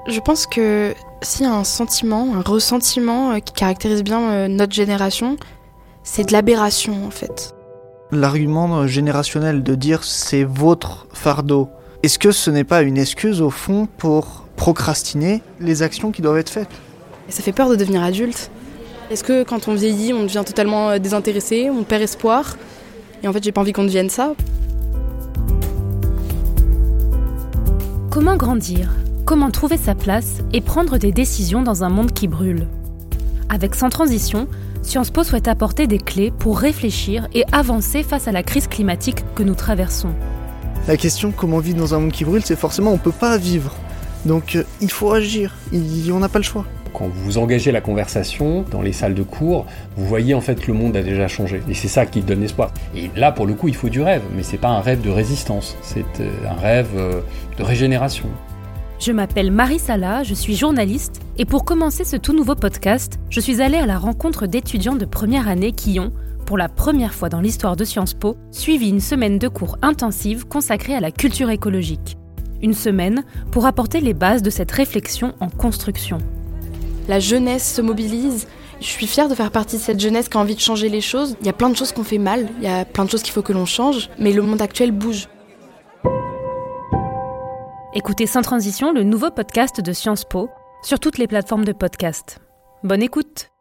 Je pense que s'il y a un sentiment, un ressentiment qui caractérise bien notre génération, c'est de l'aberration en fait. L'argument générationnel de dire c'est votre fardeau, est-ce que ce n'est pas une excuse au fond pour procrastiner les actions qui doivent être faites ? Et ça fait peur de devenir adulte. Est-ce que quand on vieillit, on devient totalement désintéressé, on perd espoir ? Et en fait, j'ai pas envie qu'on devienne ça. Comment grandir ? Comment trouver sa place et prendre des décisions dans un monde qui brûle ? Avec Sans Transition, Sciences Po souhaite apporter des clés pour réfléchir et avancer face à la crise climatique que nous traversons. La question comment vivre dans un monde qui brûle, c'est forcément on peut pas vivre. Donc il faut agir, on n'a pas le choix. Quand vous engagez la conversation dans les salles de cours, vous voyez en fait que le monde a déjà changé. Et c'est ça qui donne espoir. Et là, pour le coup, il faut du rêve. Mais c'est pas un rêve de résistance, c'est un rêve de régénération. Je m'appelle Marie Sala, je suis journaliste. Et pour commencer ce tout nouveau podcast, je suis allée à la rencontre d'étudiants de première année qui ont, pour la première fois dans l'histoire de Sciences Po, suivi une semaine de cours intensive consacrée à la culture écologique. Une semaine pour apporter les bases de cette réflexion en construction. La jeunesse se mobilise. Je suis fière de faire partie de cette jeunesse qui a envie de changer les choses. Il y a plein de choses qu'on fait mal, il y a plein de choses qu'il faut que l'on change, mais le monde actuel bouge. Écoutez Sans Transition, le nouveau podcast de Sciences Po, sur toutes les plateformes de podcast. Bonne écoute!